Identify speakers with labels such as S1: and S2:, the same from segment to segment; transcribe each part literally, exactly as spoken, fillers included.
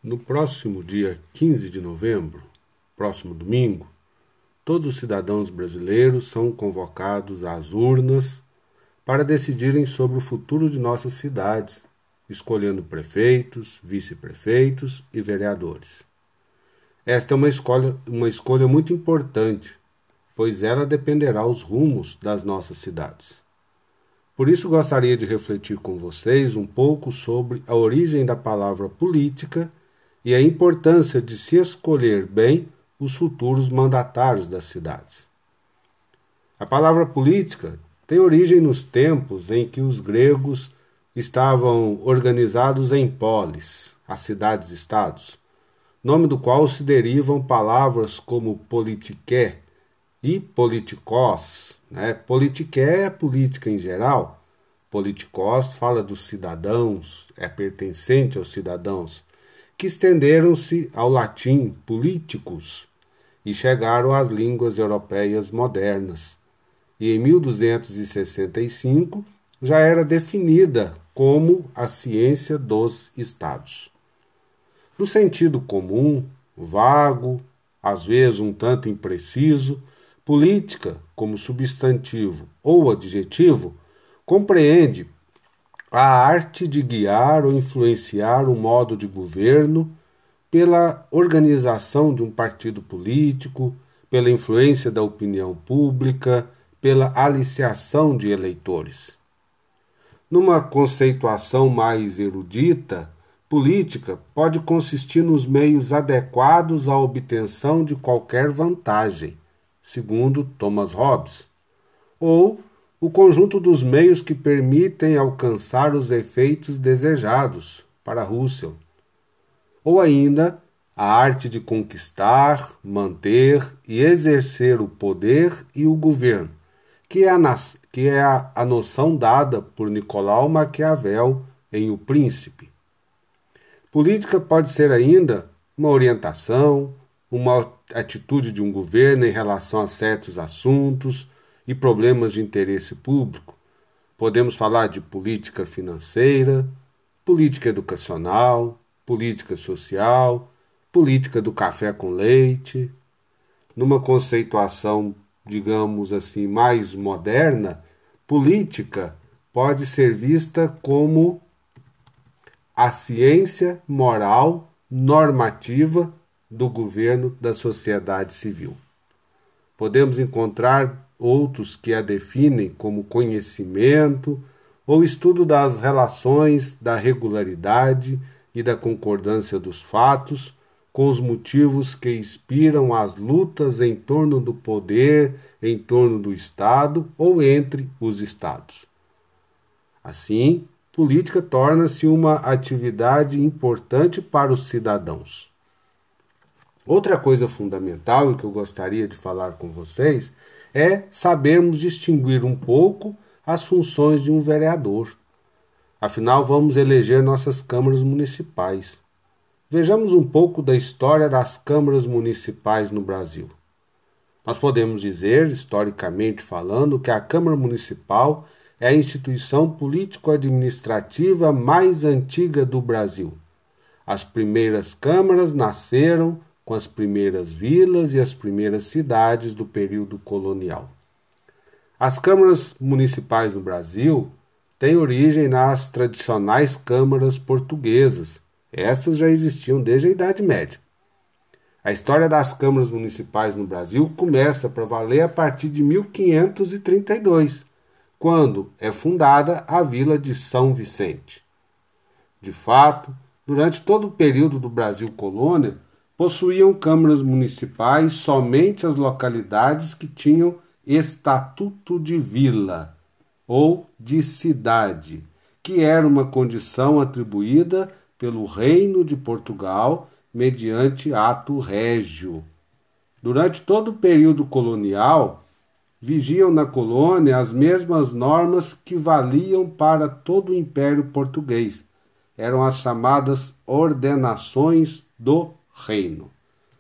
S1: No próximo dia quinze de novembro, próximo domingo, todos os cidadãos brasileiros são convocados às urnas para decidirem sobre o futuro de nossas cidades, escolhendo prefeitos, vice-prefeitos e vereadores. Esta é uma escolha, uma escolha muito importante, pois ela dependerá os rumos das nossas cidades. Por isso gostaria de refletir com vocês um pouco sobre a origem da palavra política e a importância de se escolher bem os futuros mandatários das cidades. A palavra política tem origem nos tempos em que os gregos estavam organizados em polis, as cidades-estados, nome do qual se derivam palavras como politiké e politikos. Né? Politiké é política em geral, politikos fala dos cidadãos, é pertencente aos cidadãos, que estenderam-se ao latim politicus e chegaram às línguas europeias modernas. E em mil duzentos e sessenta e cinco já era definida como a ciência dos estados. No sentido comum, vago, às vezes um tanto impreciso, política, como substantivo ou adjetivo, compreende a arte de guiar ou influenciar o modo de governo pela organização de um partido político, pela influência da opinião pública, pela aliciação de eleitores. Numa conceituação mais erudita, política pode consistir nos meios adequados à obtenção de qualquer vantagem, segundo Thomas Hobbes, ou o conjunto dos meios que permitem alcançar os efeitos desejados, para Russell, ou ainda a arte de conquistar, manter e exercer o poder e o governo, que é a, que é a, a noção dada por Nicolau Maquiavel em O Príncipe. Política pode ser ainda uma orientação, uma atitude de um governo em relação a certos assuntos e problemas de interesse público. Podemos falar de política financeira, política educacional, política social, política do café com leite. Numa conceituação, digamos assim, mais moderna, política pode ser vista como a ciência moral normativa do governo da sociedade civil. Podemos encontrar outros que a definem como conhecimento ou estudo das relações, da regularidade e da concordância dos fatos com os motivos que inspiram as lutas em torno do poder, em torno do Estado ou entre os Estados. Assim, política torna-se uma atividade importante para os cidadãos. Outra coisa fundamental e que eu gostaria de falar com vocês é sabermos distinguir um pouco as funções de um vereador. Afinal, vamos eleger nossas câmaras municipais. Vejamos um pouco da história das câmaras municipais no Brasil. Nós podemos dizer, historicamente falando, que a Câmara Municipal é a instituição político-administrativa mais antiga do Brasil. As primeiras câmaras nasceram com as primeiras vilas e as primeiras cidades do período colonial. As câmaras municipais no Brasil têm origem nas tradicionais câmaras portuguesas. Essas já existiam desde a Idade Média. A história das câmaras municipais no Brasil começa para valer a partir de mil quinhentos e trinta e dois, quando é fundada a Vila de São Vicente. De fato, durante todo o período do Brasil colônia, possuíam câmaras municipais somente as localidades que tinham estatuto de vila ou de cidade, que era uma condição atribuída pelo Reino de Portugal mediante ato régio. Durante todo o período colonial, vigiam na colônia as mesmas normas que valiam para todo o Império Português. Eram as chamadas ordenações do reino.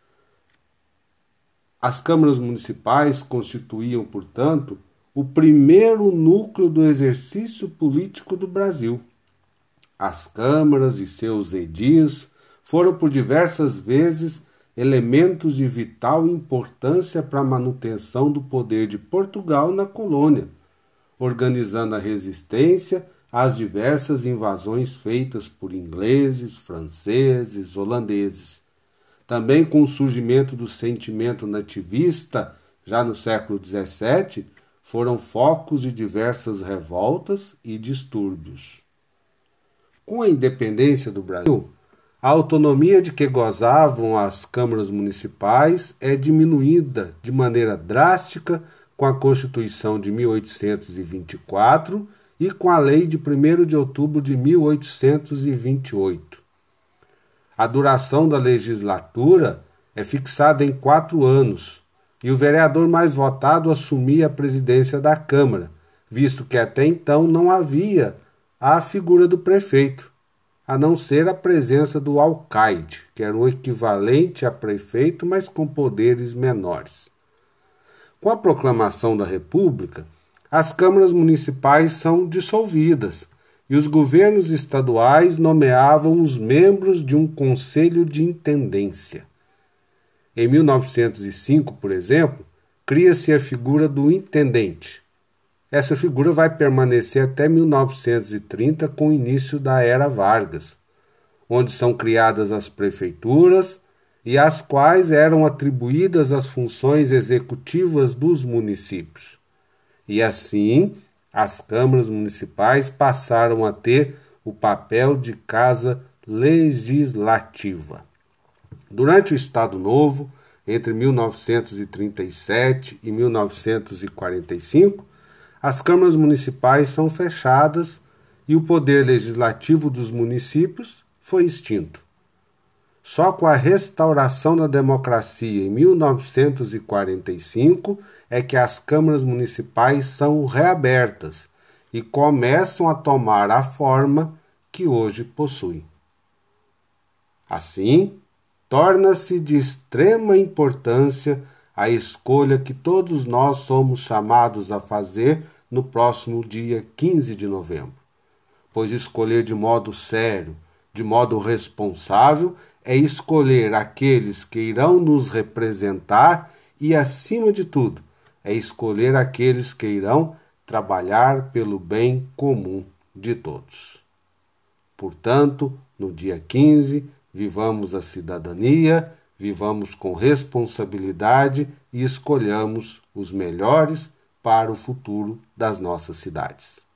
S1: As câmaras municipais constituíam, portanto, o primeiro núcleo do exercício político do Brasil. As câmaras e seus edis foram por diversas vezes elementos de vital importância para a manutenção do poder de Portugal na colônia, organizando a resistência às diversas invasões feitas por ingleses, franceses, holandeses. Também com o surgimento do sentimento nativista, já no século dezessete, foram focos de diversas revoltas e distúrbios. Com a independência do Brasil, a autonomia de que gozavam as câmaras municipais é diminuída de maneira drástica com a Constituição de mil oitocentos e vinte e quatro e com a Lei de primeiro de outubro de mil oitocentos e vinte e oito. A duração da legislatura é fixada em quatro anos e o vereador mais votado assumia a presidência da Câmara, visto que até então não havia a figura do prefeito, a não ser a presença do alcaide, que era o equivalente a prefeito, mas com poderes menores. Com a proclamação da República, as câmaras municipais são dissolvidas e os governos estaduais nomeavam os membros de um conselho de intendência. Em mil novecentos e cinco, por exemplo, cria-se a figura do intendente. Essa figura vai permanecer até mil novecentos e trinta, com o início da Era Vargas, onde são criadas as prefeituras e às quais eram atribuídas as funções executivas dos municípios. E assim, as câmaras municipais passaram a ter o papel de casa legislativa. Durante o Estado Novo, entre mil novecentos e trinta e sete e mil novecentos e quarenta e cinco, as câmaras municipais são fechadas e o poder legislativo dos municípios foi extinto. Só com a restauração da democracia em mil novecentos e quarenta e cinco é que as câmaras municipais são reabertas e começam a tomar a forma que hoje possuem. Assim, torna-se de extrema importância a escolha que todos nós somos chamados a fazer no próximo dia quinze de novembro. Pois escolher de modo sério, de modo responsável, é escolher aqueles que irão nos representar e, acima de tudo, é escolher aqueles que irão trabalhar pelo bem comum de todos. Portanto, no dia quinze, vivamos a cidadania, vivamos com responsabilidade e escolhamos os melhores para o futuro das nossas cidades.